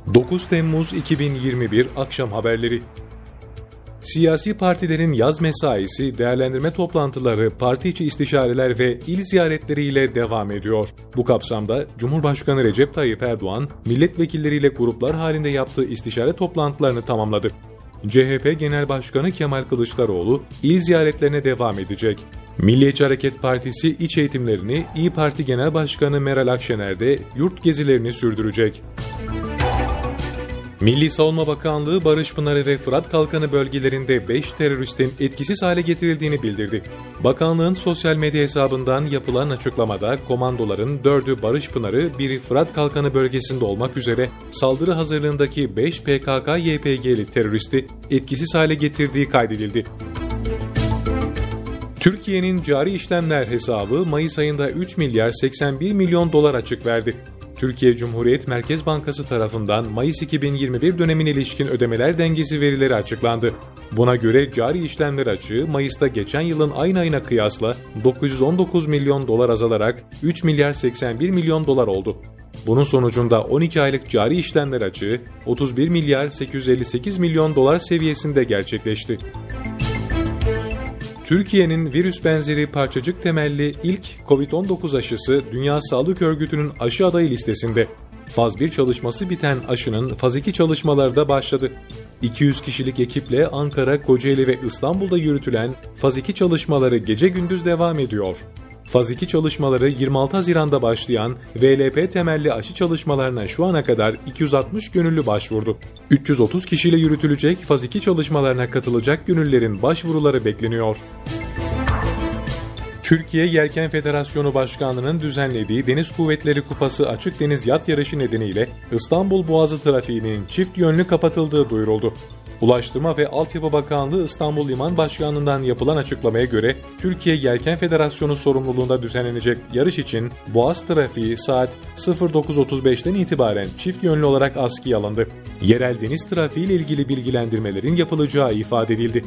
9 Temmuz 2021 akşam haberleri. Siyasi partilerin yaz mesaisi, değerlendirme toplantıları, parti içi istişareler ve il ziyaretleriyle devam ediyor. Bu kapsamda Cumhurbaşkanı Recep Tayyip Erdoğan, milletvekilleriyle gruplar halinde yaptığı istişare toplantılarını tamamladı. CHP Genel Başkanı Kemal Kılıçdaroğlu il ziyaretlerine devam edecek. Milliyetçi Hareket Partisi iç eğitimlerini, İYİ Parti Genel Başkanı Meral Akşener de yurt gezilerini sürdürecek. Milli Savunma Bakanlığı Barış Pınarı ve Fırat Kalkanı bölgelerinde 5 teröristin etkisiz hale getirildiğini bildirdi. Bakanlığın sosyal medya hesabından yapılan açıklamada komandoların 4'ü Barış Pınarı, 1'i Fırat Kalkanı bölgesinde olmak üzere saldırı hazırlığındaki 5 PKK-YPG'li teröristi etkisiz hale getirdiği kaydedildi. Türkiye'nin cari işlemler hesabı Mayıs ayında 3 milyar 81 milyon dolar açık verdi. Türkiye Cumhuriyet Merkez Bankası tarafından Mayıs 2021 dönemine ilişkin ödemeler dengesi verileri açıklandı. Buna göre cari işlemler açığı Mayıs'ta geçen yılın aynı ayına kıyasla 919 milyon dolar azalarak 3 milyar 81 milyon dolar oldu. Bunun sonucunda 12 aylık cari işlemler açığı 31 milyar 858 milyon dolar seviyesinde gerçekleşti. Türkiye'nin virüs benzeri parçacık temelli ilk COVID-19 aşısı Dünya Sağlık Örgütü'nün aşı adayı listesinde. Faz 1 çalışması biten aşının Faz 2 çalışmaları da başladı. 200 kişilik ekiple Ankara, Kocaeli ve İstanbul'da yürütülen Faz 2 çalışmaları gece gündüz devam ediyor. Faz 2 çalışmaları 26 Haziran'da başlayan VLP temelli aşı çalışmalarına şu ana kadar 260 gönüllü başvurdu. 330 kişiyle yürütülecek Faz 2 çalışmalarına katılacak gönüllülerin başvuruları bekleniyor. Türkiye Yelken Federasyonu Başkanlığı'nın düzenlediği Deniz Kuvvetleri Kupası Açık Deniz Yat Yarışı nedeniyle İstanbul Boğazı trafiğinin çift yönlü kapatıldığı duyuruldu. Ulaştırma ve Altyapı Bakanlığı İstanbul Liman Başkanlığı'ndan yapılan açıklamaya göre Türkiye Yelken Federasyonu sorumluluğunda düzenlenecek yarış için Boğaz trafiği saat 09.35'ten itibaren çift yönlü olarak askıya alındı. Yerel deniz trafiği ile ilgili bilgilendirmelerin yapılacağı ifade edildi.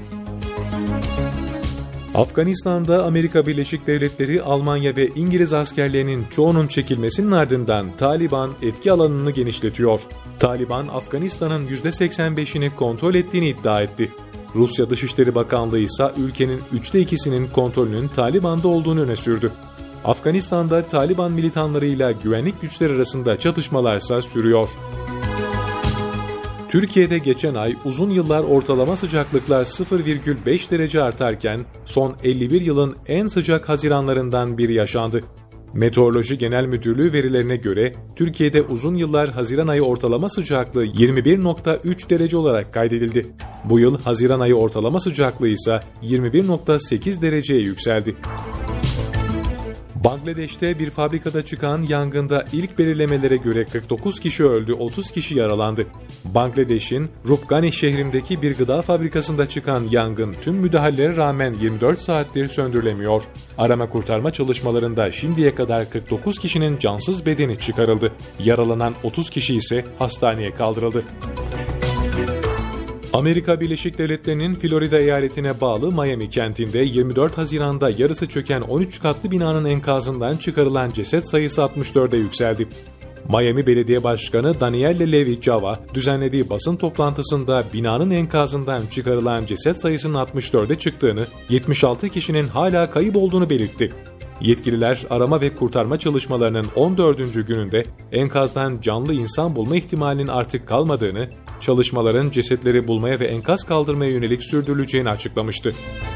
Afganistan'da Amerika Birleşik Devletleri, Almanya ve İngiliz askerlerinin çoğunun çekilmesinin ardından Taliban etki alanını genişletiyor. Taliban, Afganistan'ın %85'ini kontrol ettiğini iddia etti. Rusya Dışişleri Bakanlığı ise ülkenin 2/3'ünün kontrolünün Taliban'da olduğunu öne sürdü. Afganistan'da Taliban militanlarıyla güvenlik güçleri arasında çatışmalarsa sürüyor. Türkiye'de geçen ay uzun yıllar ortalama sıcaklıklar 0,5 derece artarken son 51 yılın en sıcak haziranlarından biri yaşandı. Meteoroloji Genel Müdürlüğü verilerine göre Türkiye'de uzun yıllar Haziran ayı ortalama sıcaklığı 21,3 derece olarak kaydedildi. Bu yıl Haziran ayı ortalama sıcaklığı ise 21,8 dereceye yükseldi. Bangladeş'te bir fabrikada çıkan yangında ilk belirlemelere göre 49 kişi öldü, 30 kişi yaralandı. Bangladeş'in Rupgani şehrindeki bir gıda fabrikasında çıkan yangın tüm müdahalelere rağmen 24 saattir söndürülemiyor. Arama kurtarma çalışmalarında şimdiye kadar 49 kişinin cansız bedeni çıkarıldı. Yaralanan 30 kişi ise hastaneye kaldırıldı. Amerika Birleşik Devletleri'nin Florida eyaletine bağlı Miami kentinde 24 Haziran'da yarısı çöken 13 katlı binanın enkazından çıkarılan ceset sayısı 64'e yükseldi. Miami Belediye Başkanı Danielle Levy Java düzenlediği basın toplantısında binanın enkazından çıkarılan ceset sayısının 64'e çıktığını, 76 kişinin hala kayıp olduğunu belirtti. Yetkililer arama ve kurtarma çalışmalarının 14. gününde enkazdan canlı insan bulma ihtimalinin artık kalmadığını, çalışmaların cesetleri bulmaya ve enkaz kaldırmaya yönelik sürdürüleceğini açıklamıştı.